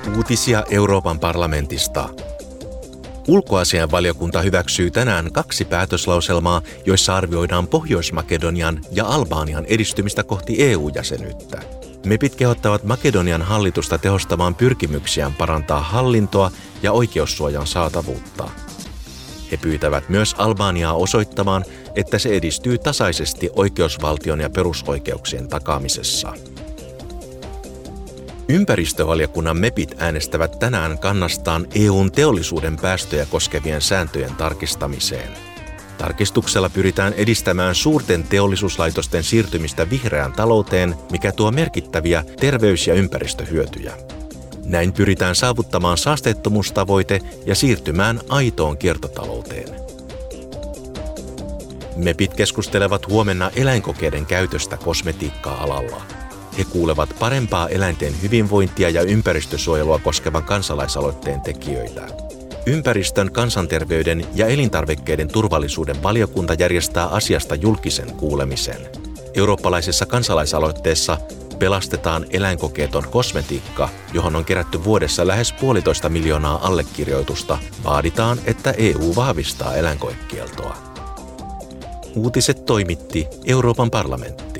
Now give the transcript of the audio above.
Uutisia Euroopan parlamentista. Ulkoasiainvaliokunta hyväksyy tänään 2 päätöslauselmaa, joissa arvioidaan Pohjois-Makedonian ja Albanian edistymistä kohti EU-jäsenyyttä. MEPit kehottavat Makedonian hallitusta tehostamaan pyrkimyksiään parantaa hallintoa ja oikeussuojan saatavuutta. He pyytävät myös Albaniaa osoittamaan, että se edistyy tasaisesti oikeusvaltion ja perusoikeuksien takaamisessa. Ympäristövaliokunnan MEPit äänestävät tänään kannastaan EU:n teollisuuden päästöjä koskevien sääntöjen tarkistamiseen. Tarkistuksella pyritään edistämään suurten teollisuuslaitosten siirtymistä vihreään talouteen, mikä tuo merkittäviä terveys- ja ympäristöhyötyjä. Näin pyritään saavuttamaan saasteettomuustavoite ja siirtymään aitoon kiertotalouteen. MEPit keskustelevat huomenna eläinkokeiden käytöstä kosmetiikka-alalla. He kuulevat parempaa eläinten hyvinvointia ja ympäristösuojelua koskevan kansalaisaloitteen tekijöitä. Ympäristön, kansanterveyden ja elintarvikkeiden turvallisuuden valiokunta järjestää asiasta julkisen kuulemisen. Eurooppalaisessa kansalaisaloitteessa Pelastetaan eläinkokeeton kosmetiikka, johon on kerätty vuodessa lähes 1,5 miljoonaa allekirjoitusta, vaaditaan, että EU vahvistaa eläinkoekieltoa. Uutiset toimitti Euroopan parlamentti.